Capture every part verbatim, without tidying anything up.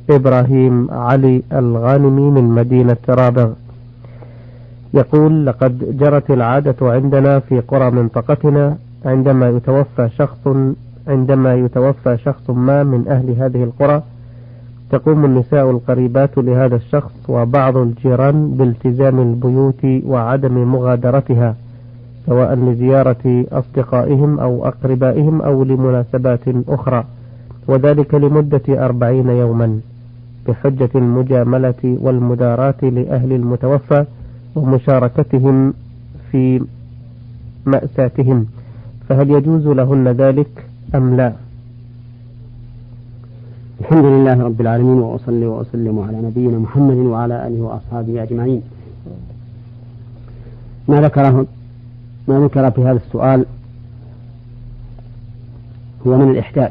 إبراهيم علي الغانمي من مدينة رابغ، يقول: لقد جرت العادة عندنا في قرى منطقتنا عندما يتوفى شخص عندما يتوفى شخص ما من أهل هذه القرى تقوم النساء القريبات لهذا الشخص وبعض الجيران بالتزام البيوت وعدم مغادرتها، سواء لزيارة أصدقائهم أو أقربائهم أو لمناسبات أخرى، وذلك لمدة أربعين يوما بحجة المجاملة والمداراة لأهل المتوفى ومشاركتهم في مأساتهم، فهل يجوز لهن ذلك أم لا؟ الحمد لله رب العالمين، وأصلي وأسلم على نبينا محمد وعلى آله وأصحابه أجمعين. ما ذكره ما ذكر في هذا السؤال هو من الإحداد،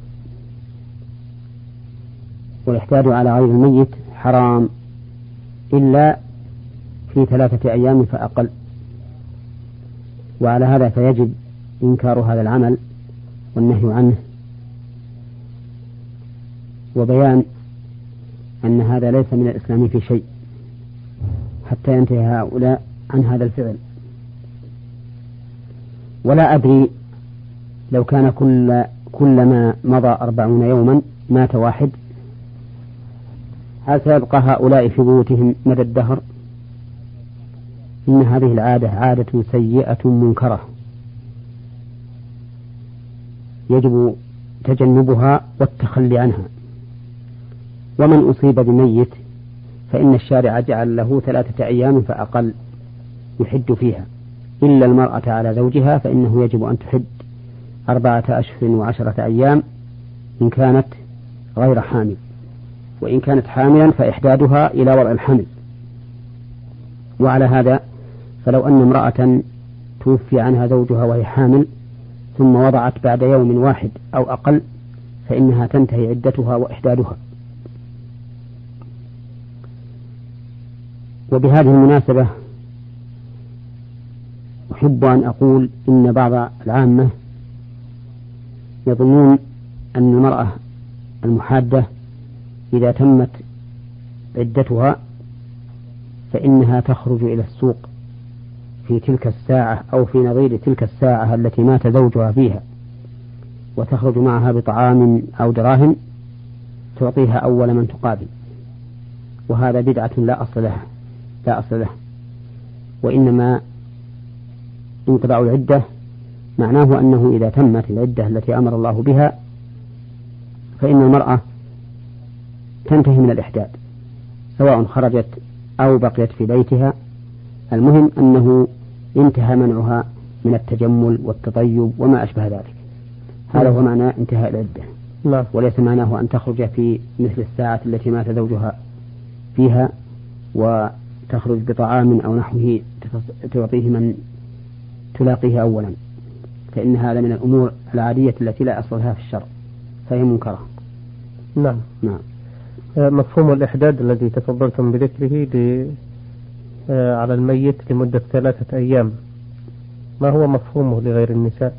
والإحداد على غير الميت حرام إلا في ثلاثة أيام فأقل، وعلى هذا فيجب إنكار هذا العمل والنهي عنه، وبيان أن هذا ليس من الإسلام في شيء حتى ينتهي هؤلاء عن هذا الفعل. ولا أدري لو كان كل كلما مضى أربعون يوما مات واحد، هل سيبقى هؤلاء في بيوتهم مدى الدهر؟ إن هذه العادة عادة سيئة منكرة يجب تجنبها والتخلي عنها. ومن أصيب بميت فإن الشارع جعل له ثلاثة أيام فأقل يحد فيها، إلا المرأة على زوجها فإنه يجب أن تحد أربعة أشهر وعشرة أيام إن كانت غير حامل، وإن كانت حاملا فإحدادها إلى وضع الحمل. وعلى هذا فلو أن امرأة توفي عنها زوجها وهي حامل ثم وضعت بعد يوم واحد أو أقل فإنها تنتهي عدتها وإحدادها. وبهذه المناسبة أحب أن أقول إن بعض العامة يظنون أن المرأة المحادة إذا تمت عدتها فإنها تخرج إلى السوق في تلك الساعة أو في نظير تلك الساعة التي مات زوجها فيها، وتخرج معها بطعام أو دراهم تعطيها أول من تقابل، وهذا بدعة لا أصل لها لا أصل له. وإنما انقضاء العدة معناه أنه إذا تمت العدة التي أمر الله بها فإن المرأة تنتهي من الإحداد سواء خرجت أو بقيت في بيتها، المهم أنه انتهى منعها من التجمل والتطيب وما أشبه ذلك. هذا هو معنى انتهاء العدة، لا. وليس معناه أن تخرج في مثل الساعة التي مات زوجها فيها وتخرج بطعام أو نحوه تعطيه من تلاقيه أولا، فإن هذا من الأمور العادية التي لا أصل لها في الشرع فهي منكرة. نعم. نعم. مفهوم الإحداد الذي تفضلتم بذكره على الميت لمدة ثلاثة أيام، ما هو مفهومه لغير النساء؟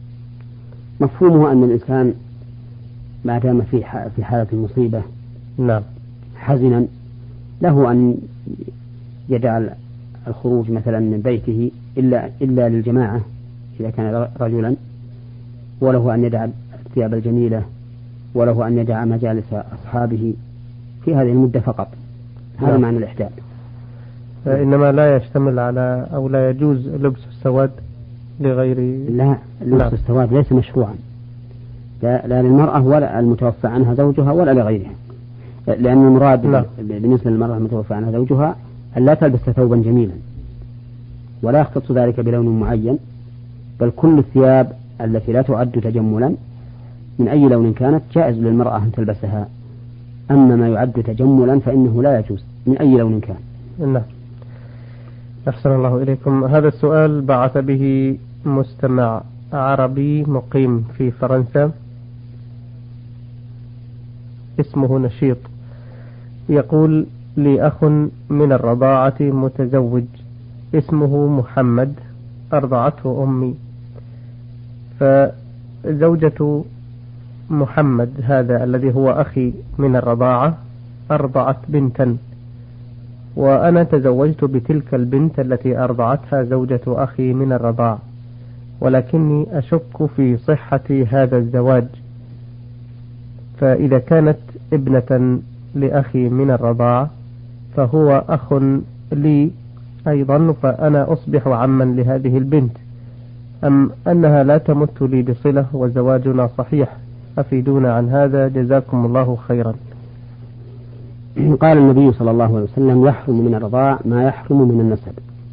مفهومه أن الإنسان ما دام في في حالة المصيبة نعم حزنا له أن يجعل الخروج مثلا من بيته إلا إلا للجماعة إذا كان رجلا، وله أن يدع الثياب الجميلة، وله أن يدع مجالس أصحابه في هذه المدة فقط. هذا نعم. معنى الإحداد. إنما لا يشتمل على أو لا يجوز لبس السواد لغير. لا، لبس لا. السواد ليس مشروعا لا, لا للمرأة ولا المتوفى عنها زوجها ولا لغيرها، لأن المراد لا. بالنسبة للمرأة المتوفى عنها زوجها أن لا تلبس ثوبا جميلا، ولا يختص ذلك بلون معين، بل كل الثياب التي لا تعد تجملا من أي لون كانت جائز للمرأة أن تلبسها. أما ما يعد تجملا فإنه لا يجوز من أي لون كان. نعم. أحسن الله إليكم. هذا السؤال بعث به مستمع عربي مقيم في فرنسا اسمه نشيط، يقول: لي أخ من الرضاعة متزوج اسمه محمد، أرضعته أمي، فزوجة محمد هذا الذي هو أخي من الرضاعة أرضعت بنتا، وأنا تزوجت بتلك البنت التي أرضعتها زوجة أخي من الرضاعة، ولكني أشك في صحة هذا الزواج، فإذا كانت ابنة لأخي من الرضاعة فهو أخ لي أيضا، فأنا أصبح عما لهذه البنت، أم أنها لا تمت لي بصلة وزواجنا صحيح؟ أفيدونا عن هذا جزاكم الله خيرا. قال النبي صلى الله عليه وسلم: يحرم من الرضاع ما يحرم من النسب.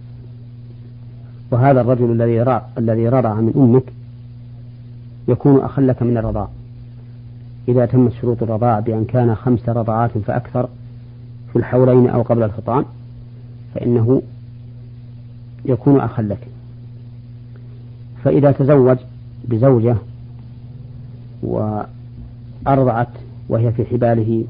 وهذا الرجل الذي رضع الذي رضع من أمك يكون أخا لك من الرضاع إذا تمت شروط الرضاع بأن كان خمس رضعات فأكثر في الحولين أو قبل الفطام، فإنه يكون أخا لك. فإذا تزوج بزوجة وأرضعت وهي في حباله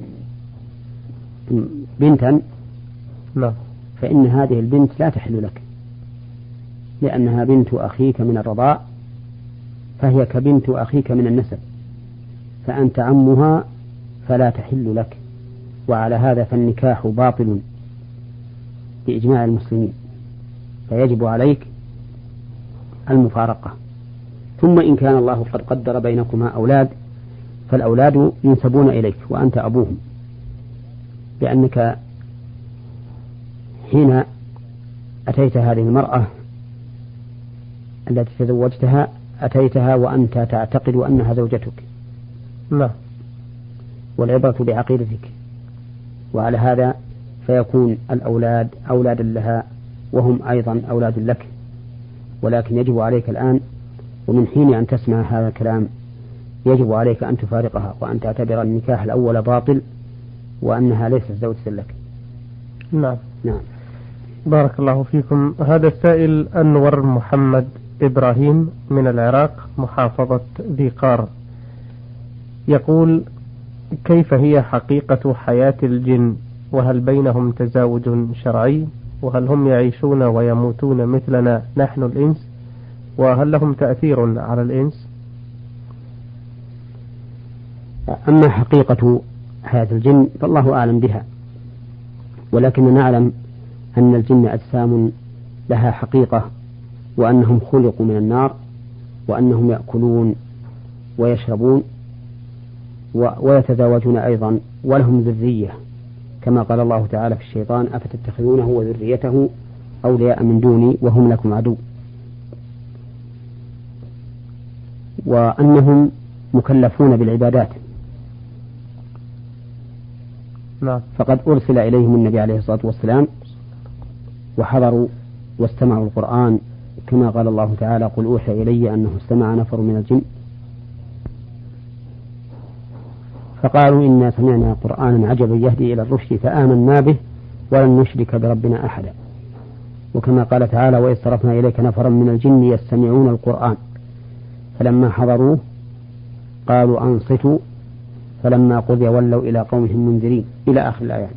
بنتا لا. فإن هذه البنت لا تحل لك، لأنها بنت أخيك من الرضاع، فهي كبنت أخيك من النسب، فأنت عمها فلا تحل لك. وعلى هذا فالنكاح باطل بإجماع المسلمين، فيجب عليك المفارقة. ثم إن كان الله قد قدر بينكما أولاد فالأولاد ينسبون إليك وأنت أبوهم، لأنك حين أتيت هذه المرأة التي تزوجتها أتيتها وأنت تعتقد أنها زوجتك. لا. والعبرة بعقيدتك. وعلى هذا فيكون الأولاد أولادا لها وهم أيضا أولاد لك. ولكن يجب عليك الآن ومن حين أن تسمع هذا الكلام يجب عليك أن تفارقها وأن تعتبر النكاح الأول باطل وأنها ليست زوجة لك. نعم. نعم. بارك الله فيكم. هذا السائل أنور محمد إبراهيم من العراق محافظة ذي قار يقول: كيف هي حقيقة حياة الجن؟ وهل بينهم تزاوج شرعي؟ وهل هم يعيشون ويموتون مثلنا نحن الإنس؟ وهل لهم تأثير على الإنس؟ أما حقيقة حياة الجن فالله أعلم بها، ولكن نعلم أن الجن أجسام لها حقيقة، وأنهم خلقوا من النار، وأنهم يأكلون ويشربون ويتزاوجون أيضا، ولهم ذرية، كما قال الله تعالى في الشيطان: أفتتخذونه وذريته أولياء من دوني وهم لكم عدو. وأنهم مكلفون بالعبادات. نعم. فقد أرسل إليهم النبي عليه الصلاة والسلام وحضروا واستمعوا القرآن، كما قال الله تعالى: قل أوحي إلي أنه استمع نفر من الجن فقالوا إنا سمعنا قرآنا عجبا يهدي إلى الرشد فآمنا به ولن نشرك بربنا أحدا. وكما قال تعالى: وإذ صرفنا إليك نفرا من الجن يستمعون القرآن فلما حضروه قالوا أنصتوا فلما قضي ولوا إلى قومهم منذرين، إلى آخر الآيات.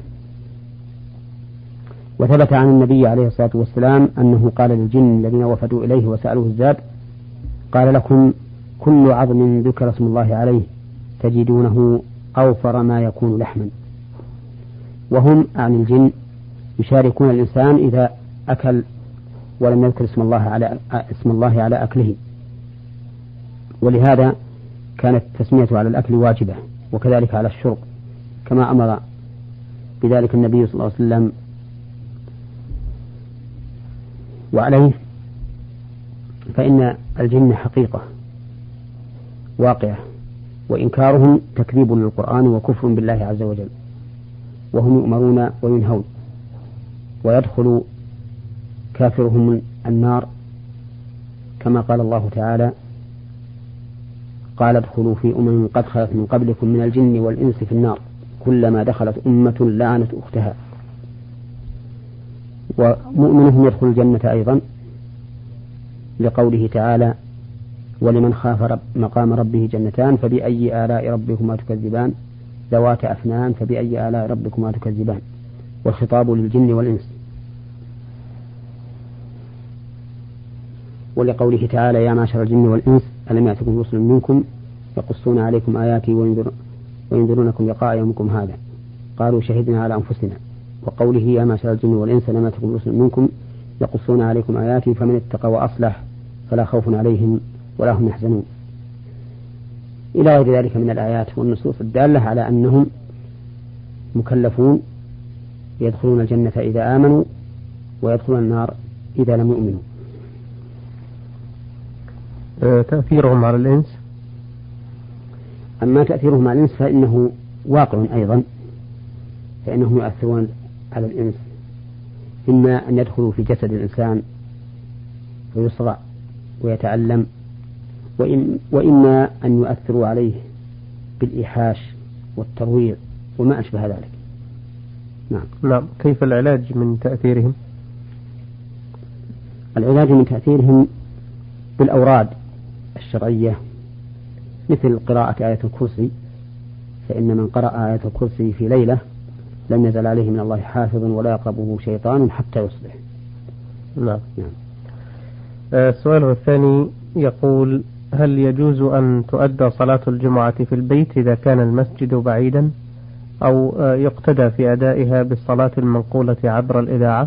وثبت عن النبي عليه الصلاة والسلام أنه قال للجن الذين وفدوا إليه وسألوه الزاد: قال لكم كل عظم ذكر اسم الله عليه تجدونه أوفر ما يكون لحما. وهم عن الجن يشاركون الإنسان إذا أكل ولم يذكر اسم الله على اسم الله على أكله، ولهذا كانت التسمية على الأكل واجبة، وكذلك على الشرب، كما أمر بذلك النبي صلى الله عليه وسلم. وعليه فإن الجن حقيقة واقعة، وإنكارهم تكذيب للقرآن وكفر بالله عز وجل، وهم يؤمرون وينهون، ويدخل كافرهم النار كما قال الله تعالى: قال ادخلوا في أمم قد خلت من قبلكم من الجن والإنس في النار كلما دخلت أمة لعنت أختها. ومؤمنهم يدخل الجنة أيضا لقوله تعالى: ولمن خاف رب مقام ربه جنتان فبأي آلاء ربكما تكذبان ذوات أفنان فبأي آلاء ربكما تكذبان. والخطاب للجن والإنس. ولقوله تعالى: يا معشر الجن والإنس ألم يأتكم رسل منكم يقصون عليكم آياتي وينذرونكم لقاء يومكم هذا قالوا شهدنا على أنفسنا وقوله يا معشر الجن والإنس لم يأتكم رسل منكم يقصون عليكم آياتي فمن اتقى وأصلح فلا خوف عليهم ولا هم يحزنون إلى غير ذلك من الآيات والنصوص الدالة على أنهم مكلفون يدخلون الجنة إذا آمنوا ويدخلون النار إذا لم يؤمنوا. تأثيرهم على الإنس. أما تأثيرهم على الإنس فإنه واقع أيضا، فإنهم يؤثرون على الإنس إما أن يدخلوا في جسد الإنسان ويصرع ويتألم، وإما أن يؤثروا عليه بالإيحاش والترويع وما أشبه ذلك. نعم. نعم. كيف العلاج من تأثيرهم؟ العلاج من تأثيرهم بالأوراد الشرعية مثل قراءة آية الكرسي، فإن من قرأ آية الكرسي في ليلة لم يزل عليه من الله حافظ ولا يقربه شيطان حتى يصبح. نعم. نعم. السؤال الثاني يقول: هل يجوز أن تؤدى صلاة الجمعة في البيت إذا كان المسجد بعيدا، أو يقتدى في أدائها بالصلاة المنقولة عبر الإذاعة؟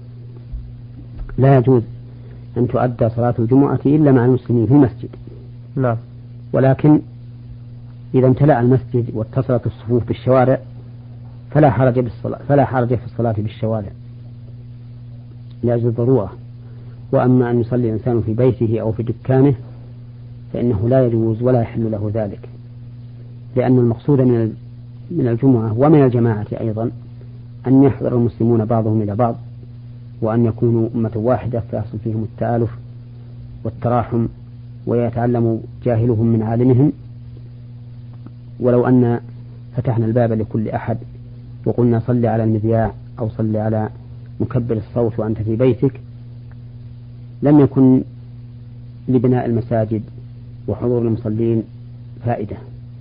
لا يجوز أن تؤدى صلاة الجمعة إلا مع المسلمين في المسجد. نعم. ولكن إذا امتلأ المسجد واتصلت الصفوف بالشوارع فلا حرج بالصلاة فلا حرج في الصلاة بالشوارع لأجل الضرورة. وأما أن يصلي الإنسان في بيته أو في دكانه فإنه لا يجوز ولا يحل له ذلك، لأن المقصود من من الجمعة ومن الجماعة أيضا أن يحضر المسلمون بعضهم إلى بعض، وأن يكونوا أمة واحدة فيحصل فيهم التآلف والتراحم ويتعلم جاهلهم من عالمهم. ولو أن فتحنا الباب لكل أحد وقلنا صلي على المذياع أو صلي على مكبر الصوت وأنت في بيتك لم يكن لبناء المساجد وحضور المصلين فائدة،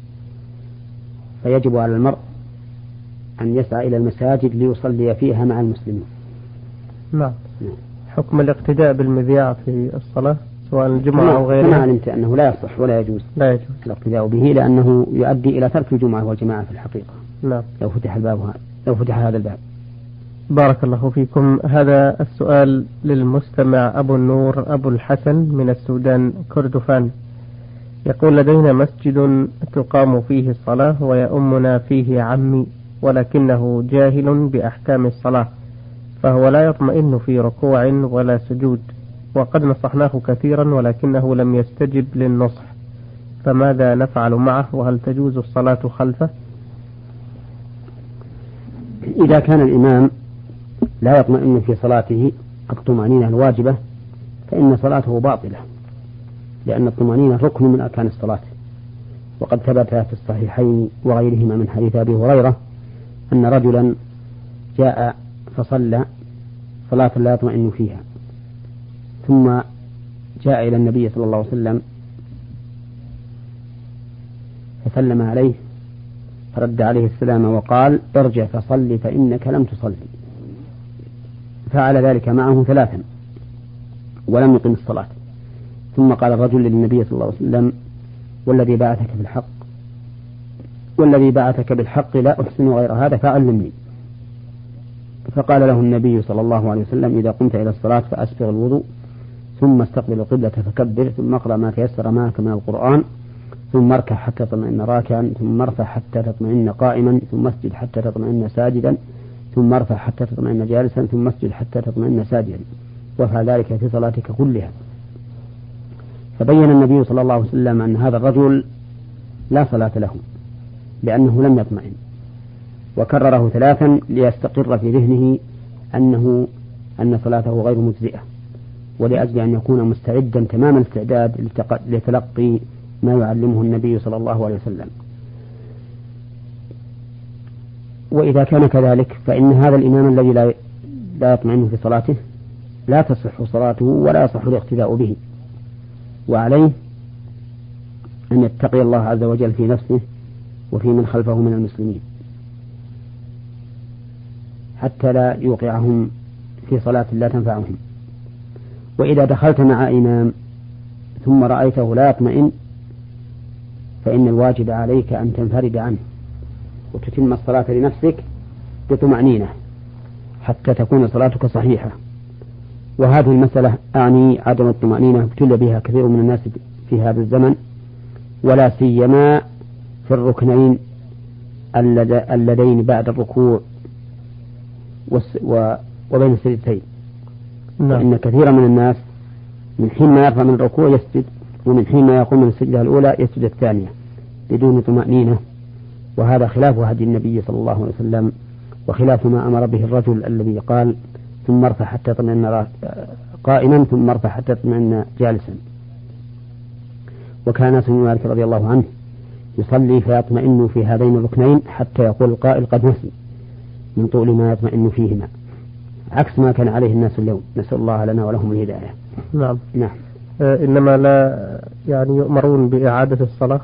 فيجب على المرء أن يسعى إلى المساجد ليصلي فيها مع المسلمين. نعم. حكم الاقتداء بالمذياع في الصلاة سواء الجمعة أو غيرها؟ كما علمت أنه لا يصح ولا يجوز لا يجوز الاقتداء به، لأنه يؤدي إلى ترك الجمعة والجماعة في الحقيقة. نعم. لو فتح الباب هذا لو فتح هذا الباب. بارك الله فيكم. هذا السؤال للمستمع أبو النور أبو الحسن من السودان كردفان، يقول: لدينا مسجد تقام فيه الصلاة ويؤمنا فيه عمي، ولكنه جاهل بأحكام الصلاة، فهو لا يطمئن في ركوع ولا سجود، وقد نصحناه كثيرا ولكنه لم يستجب للنصح، فماذا نفعل معه؟ وهل تجوز الصلاة خلفه؟ إذا كان الإمام لا يطمئن في صلاته الطمأنينة الواجبة فإن صلاته باطلة، لأن الطمأنينة ركن من أركان الصلاة. وقد ثبت في الصحيحين وغيرهما من حديث أبي هريرة أن رجلا جاء فصلى صلاة لا يطمئن فيها، ثم جاء إلى النبي صلى الله عليه وسلم فسلم عليه فرد عليه السلام وقال: ارجع فصل فإنك لم تصلي. فعل ذلك معه ثلاثا ولم يقم الصلاة. ثم قال الرجل للنبي صلى الله عليه وسلم: والذي بعثك بالحق والذي بعثك بالحق لا أحسن غير هذا فعلمني. فقال له النبي صلى الله عليه وسلم: إذا قمت إلى الصلاة فأسبغ الوضوء، ثم استقبل القبلة فكبر، ثم اقرأ ما تيسر معك من القرآن، ثم اركع حتى تطمئن راكعا، ثم ارفع حتى تطمئن قائما، ثم اسجد حتى تطمئن ساجدا، ثم ارفع حتى تطمئن جالسا، ثم اسجد حتى تطمئن ساجدا، وافعل ذلك في صلاتك كلها. فبين النبي صلى الله عليه وسلم أن هذا الرجل لا صلاة له لأنه لم يطمئن، وكرره ثلاثا ليستقر في ذهنه أنه أن صلاته غير مجزئة، ولأجل أن يكون مستعدا تمام الاستعداد لتلقي ما يعلمه النبي صلى الله عليه وسلم. وإذا كان كذلك فإن هذا الإمام الذي لا لا يطمئن في صلاته لا تصح صلاته ولا يصح الاقتداء به، وعليه أن يتقي الله عز وجل في نفسه وفي من خلفه من المسلمين حتى لا يوقعهم في صلاة لا تنفعهم. وإذا دخلت مع إمام ثم رأيته لا يطمئن فإن الواجب عليك أن تنفرد عنه وتتم الصلاة لنفسك بطمأنينة حتى تكون صلاتك صحيحة. وهذه المسألة أعني عدم الطمأنينة ابتلي بها كثير من الناس في هذا الزمن، ولا سيما في الركنين اللذين بعد الركوع وبين السجدتين. فإن كثيرا من الناس من حين ما يرفع من الركوع يسجد، ومن حين ما يقوم من السجدة الأولى يسجد الثانية بدون طمأنينة، وهذا خلاف هدي النبي صلى الله عليه وسلم، وخلاف ما أمر به الرجل الذي قال ثم ارفع حتى تطمئن قائما ثم ارفع حتى تطمئن جالسا. وكان أنس بن مالك رضي الله عنه يصلي فيطمئن في هذين الركنين حتى يقول القائل قد نسي من طول ما يطمئن فيهما، عكس ما كان عليه الناس اليوم، نسأل الله لنا ولهم الهداية. نعم. نعم. آه إنما لا يعني يؤمرون بإعادة الصلاة.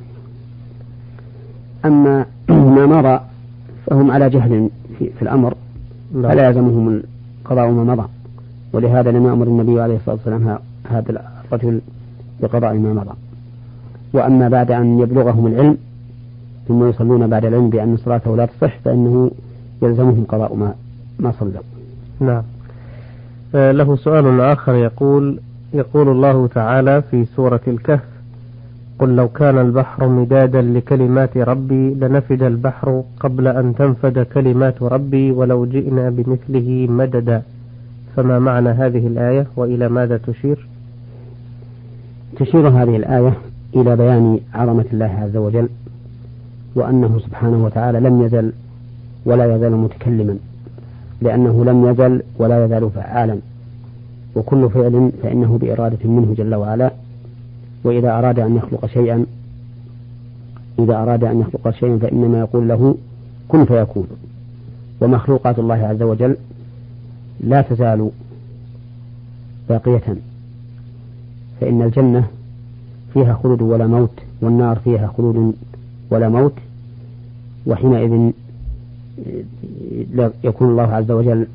أما ما مضى فهم على جهل في, في الأمر، نعم. فلا يلزمهم القضاء ما مضى، ولهذا لم يأمر النبي عليه الصلاة والسلام هذا الرجل بقضاء ما مضى. وأما بعد أن يبلغهم العلم ثم يصلون بعد العلم بأن صلاته لا تصح فإنه يلزمهم قضاء ما ما صلوا. نعم. آه له سؤال آخر يقول يقول الله تعالى في سورة الكهف: قل لو كان البحر مدادا لكلمات ربي لنفد البحر قبل أن تنفد كلمات ربي ولو جئنا بمثله مددا. فما معنى هذه الآية وإلى ماذا تشير؟ تشير هذه الآية إلى بيان عظمة الله عز وجل، وأنه سبحانه وتعالى لم يزل ولا يزال متكلما، لأنه لم يزل ولا يزال فعالا، وكل فعل فإنه بإرادة منه جل وعلا. وإذا أراد أن يخلق شيئا إذا أراد أن يخلق شيئا فإنما يقول له كن فيكون. ومخلوقات الله عز وجل لا تزال باقية، فإن الجنة فيها خلود ولا موت، والنار فيها خلود ولا موت، وحينئذ يكون الله عز وجل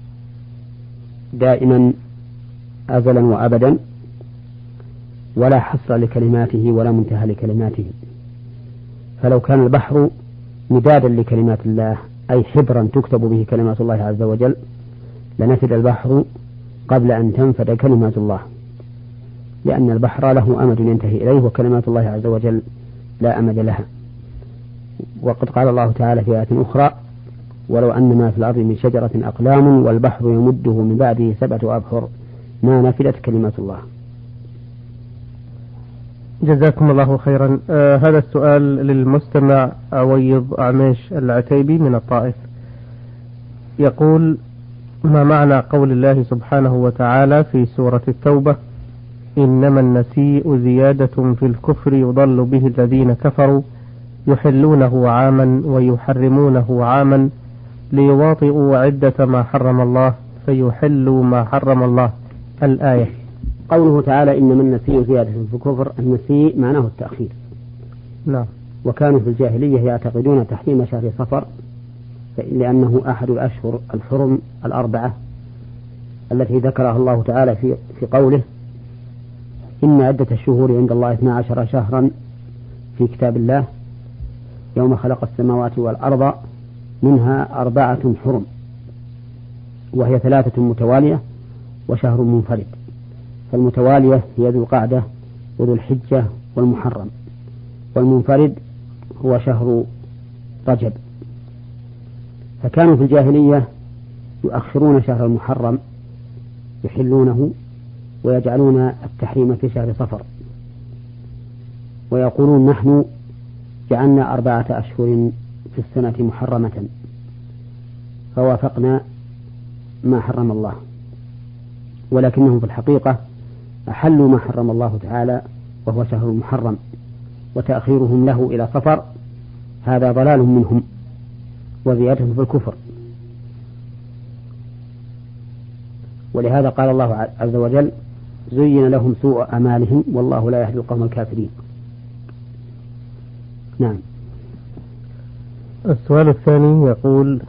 دائما أزلا وأبدا، ولا حصر لكلماته ولا منتهى لكلماته. فلو كان البحر مدادا لكلمات الله أي حبرا تكتب به كلمات الله عز وجل لنفد البحر قبل أن تنفد كلمات الله، لأن البحر له أمد ينتهي إليه وكلمات الله عز وجل لا أمد لها. وقد قال الله تعالى في آية أخرى: ولو أن ما في الأرض من شجرة أقلام والبحر يمده من بعده سبعة أبحر ما نفدت كلمات الله. جزاكم الله خيرا. آه هذا السؤال للمستمع عويض عميش العتيبي من الطائف، يقول: ما معنى قول الله سبحانه وتعالى في سورة التوبة: إنما النسيء زيادة في الكفر يضل به الذين كفروا يحلونه عاما ويحرمونه عاما ليواطئوا عدة ما حرم الله فيحلوا ما حرم الله. الآية. قوله تعالى إنما النسيء زيادة في الكفر، النسيء معناه التأخير. نعم. وكانوا في الجاهلية يعتقدون تحريم شهر صفر لأنه أحد الأشهر الحرم الأربعة التي ذكرها الله تعالى في في قوله: إن عدة الشهور عند الله اثنا عشر شهرا في كتاب الله يوم خلق السماوات والأرض منها أربعة حرم، وهي ثلاثة متوالية وشهر منفرد. فالمتوالية هي ذو القعدة وذو الحجة والمحرم، والمنفرد هو شهر رجب. فكانوا في الجاهلية يؤخرون شهر المحرم يحلونه ويجعلون التحريم في شهر صفر، ويقولون: نحن جعلنا أربعة أشهر في السنة محرمة فوافقنا ما حرم الله، ولكنهم في الحقيقة أحلوا ما حرم الله تعالى وهو شهر المحرم، وتأخيرهم له إلى صفر هذا ضلال منهم وزيادة في الكفر. ولهذا قال الله عز وجل: زين لهم سوء أعمالهم والله لا يهدي القوم الكافرين. نعم. السؤال الثاني يقول: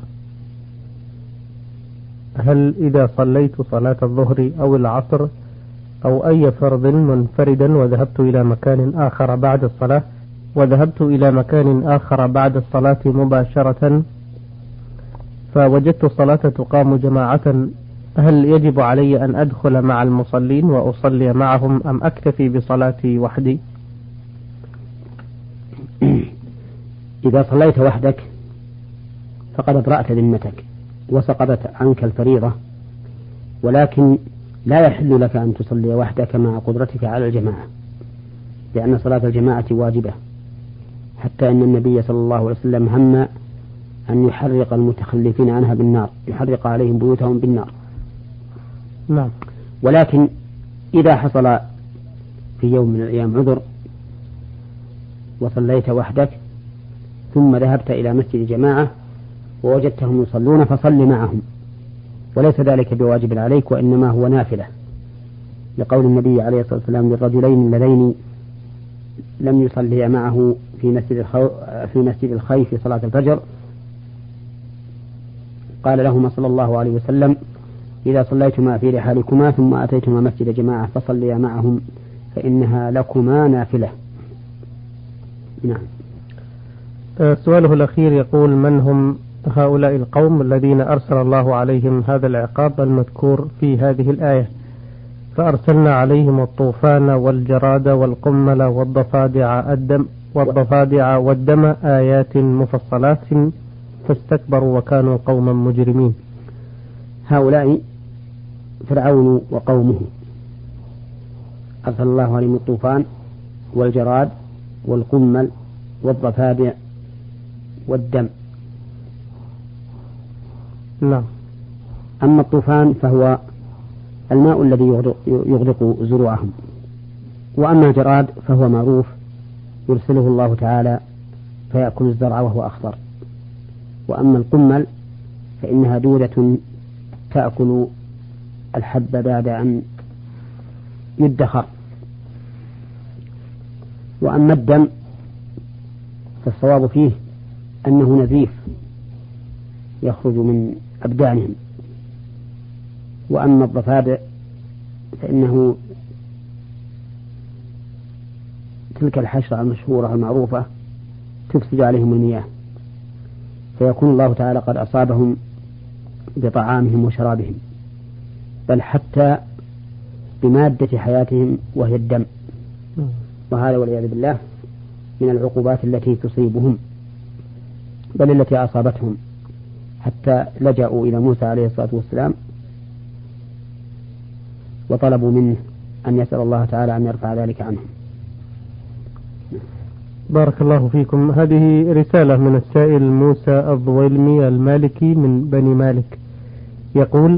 هل إذا صليت صلاة الظهر أو العصر أو أي فرض منفردا وذهبت إلى مكان آخر بعد الصلاة وذهبت إلى مكان آخر بعد الصلاة مباشرة فوجدت الصلاة تقام جماعة، هل يجب علي أن أدخل مع المصلين وأصلي معهم أم أكتفي بصلاتي وحدي؟ إذا صليت وحدك فقد أبرأت ذمتك وسقطت عنك الفريضة، ولكن لا يحل لك أن تصلي وحدك مع قدرتك على الجماعة، لأن صلاة الجماعة واجبة، حتى أن النبي صلى الله عليه وسلم هم أن يحرق المتخلفين عنها بالنار، يحرق عليهم بيوتهم بالنار. نعم. ولكن إذا حصل في يوم من الأيام عذر وصليت وحدك ثم ذهبت إلى مسجد جماعة ووجدتهم يصلون فصل معهم، وليس ذلك بواجب عليك وإنما هو نافلة، لقول النبي عليه الصلاة والسلام للرجلين اللذين لم يصليا معه في مسجد الخو... في مسجد الخيف في صلاة الفجر، قال لهما صلى الله عليه وسلم: إذا صليتما في رحالكما ثم أتيتما مسجد جماعة فصليا معهم فإنها لكما نافلة. نعم. سؤاله الأخير يقول: من هم هؤلاء القوم الذين أرسل الله عليهم هذا العقاب المذكور في هذه الآية؟ فأرسلنا عليهم الطوفان والجراد والقمل والضفادع الدم والضفادع والدم آيات مفصلات فاستكبروا وكانوا قوما مجرمين. هؤلاء فرعون وقومه أرسل الله عليهم الطوفان والجراد والقمل والضفادع والدم. نعم. أما الطوفان فهو الماء الذي يغرق زروعهم، وأما الجراد فهو معروف يرسله الله تعالى فيأكل الزرع وهو أخضر، وأما القمل فإنها دودة تأكل الحب بعد أن يدخر، وأما الدم فالصواب فيه أنه نزيف يخرج من أبدانهم، وأما الضفادع فإنه تلك الحشرة المشهورة المعروفة تفسد عليهم المياه، فيكون الله تعالى قد أصابهم بطعامهم وشرابهم، بل حتى بمادة حياتهم وهي الدم، وهذا والعياذ بالله من العقوبات التي تصيبهم بل التي أصابتهم، حتى لجأوا إلى موسى عليه الصلاة والسلام وطلبوا منه أن يسأل الله تعالى أن يرفع ذلك عنهم. بارك الله فيكم. هذه رسالة من السائل موسى الضويلمي المالكي من بني مالك، يقول: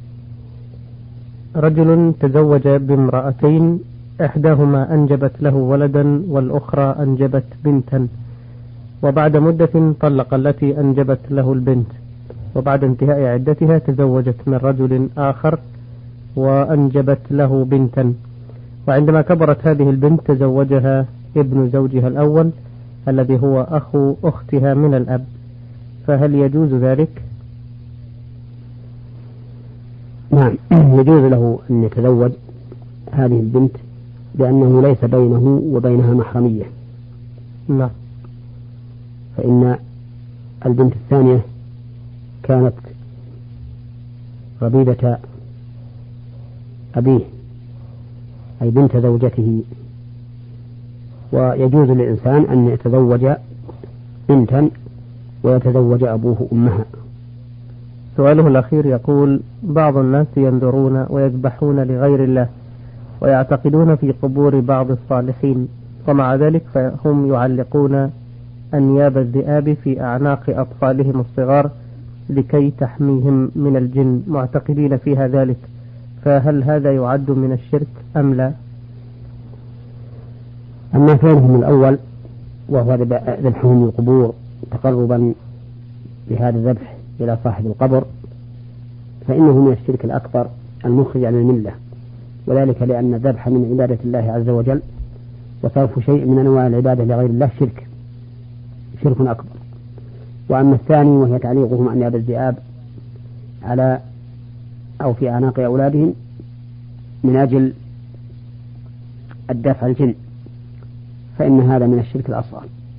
رجل تزوج بامرأتين، إحداهما أنجبت له ولدا والأخرى أنجبت بنتا، وبعد مدة طلق التي أنجبت له البنت، وبعد انتهاء عدتها تزوجت من رجل آخر وأنجبت له بنتا، وعندما كبرت هذه البنت تزوجها ابن زوجها الأول الذي هو أخو أختها من الأب، فهل يجوز ذلك؟ نعم، يجوز له أن يتزوج هذه البنت لأنه ليس بينه وبينها محرمية. نعم. فإن البنت الثانية كانت ربيبة أبيه أي بنت زوجته، ويجوز للإنسان أن يتزوج بنتا ويتزوج أبوه أمها. سؤاله الأخير يقول: بعض الناس ينذرون ويذبحون لغير الله ويعتقدون في قبور بعض الصالحين، ومع ذلك فهم يعلقون أنياب الذئاب في أعناق أطفالهم الصغار لكي تحميهم من الجن، معتقدين فيها ذلك، فهل هذا يعد من الشرك أم لا؟ أما فعلهم الأول وهو ذبحهم القبور تقربا بهذا الذبح إلى صاحب القبر فإنه من الشرك الأكبر المخرج عن الملة، وذلك لأن الذبح من عبادة الله عز وجل، وصرف شيء من أنواع العبادة لغير الله شرك شرك أكبر. وأما الثاني وهي تعليقهم أنياب الذئاب على أو في أعناق أولادهم من أجل الدفع الجن، فإن هذا من الشرك الأصغر،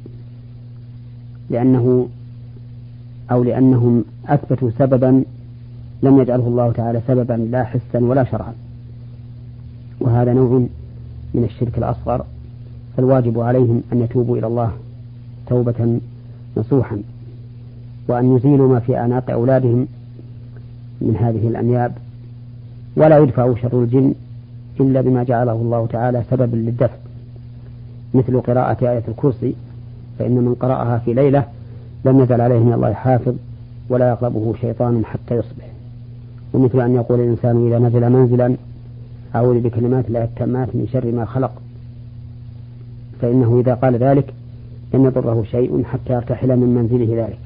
لأنه أو لأنهم أثبتوا سببا لم يجعله الله تعالى سببا لا حسا ولا شرعا، وهذا نوع من الشرك الأصغر. فالواجب عليهم أن يتوبوا إلى الله توبة نصوحا، وأن يزيلوا ما في أعناق أولادهم من هذه الأنياب، ولا يدفع شر الجن إلا بما جعله الله تعالى سببا للدفع، مثل قراءة آية الكرسي، فإن من قرأها في ليلة لم يزل عليه من الله حافظ ولا يقربه شيطان حتى يصبح. ومثل أن يقول الإنسان إذا نزل منزلا أعوذ بكلمات الله التامات من شر ما خلق، فإنه إذا قال ذلك لم يضره شيء حتى يرتحل من منزله ذلك.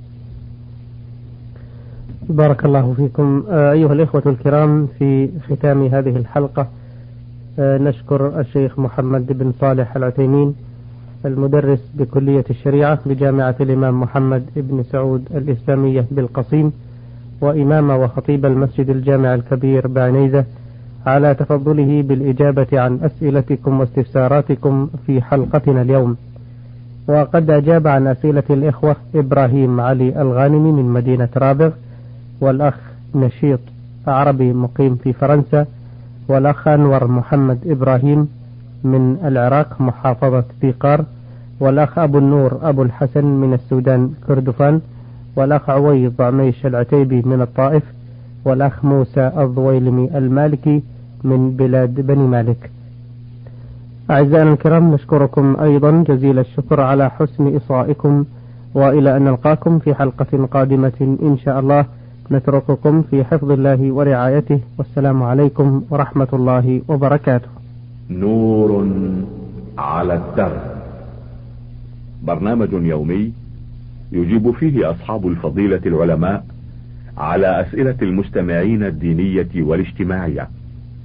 بارك الله فيكم. أيها الإخوة الكرام، في ختام هذه الحلقة نشكر الشيخ محمد بن صالح العثيمين المدرس بكلية الشريعة بجامعة الإمام محمد بن سعود الإسلامية بالقصيم، وإمام وخطيب المسجد الجامع الكبير بعنيزة، على تفضله بالإجابة عن أسئلتكم واستفساراتكم في حلقتنا اليوم. وقد أجاب عن أسئلة الإخوة إبراهيم علي الغانمي من مدينة رابغ، والأخ نشيط عربي مقيم في فرنسا، والأخ أنور محمد إبراهيم من العراق محافظة ذيقار، والأخ أبو النور أبو الحسن من السودان كردفان، والأخ عويض عميش العتيبي من الطائف، والأخ موسى الضويلمي المالكي من بلاد بني مالك. أعزائنا الكرام، نشكركم أيضا جزيل الشكر على حسن إصغائكم، وإلى أن نلقاكم في حلقة قادمة إن شاء الله، نترككم في حفظ الله ورعايته، والسلام عليكم ورحمة الله وبركاته. نور على الدرب، برنامج يومي يجيب فيه أصحاب الفضيلة العلماء على أسئلة المستمعين الدينية والاجتماعية.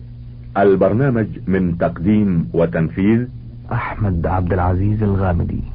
البرنامج من تقديم وتنفيذ أحمد عبد العزيز الغامدي.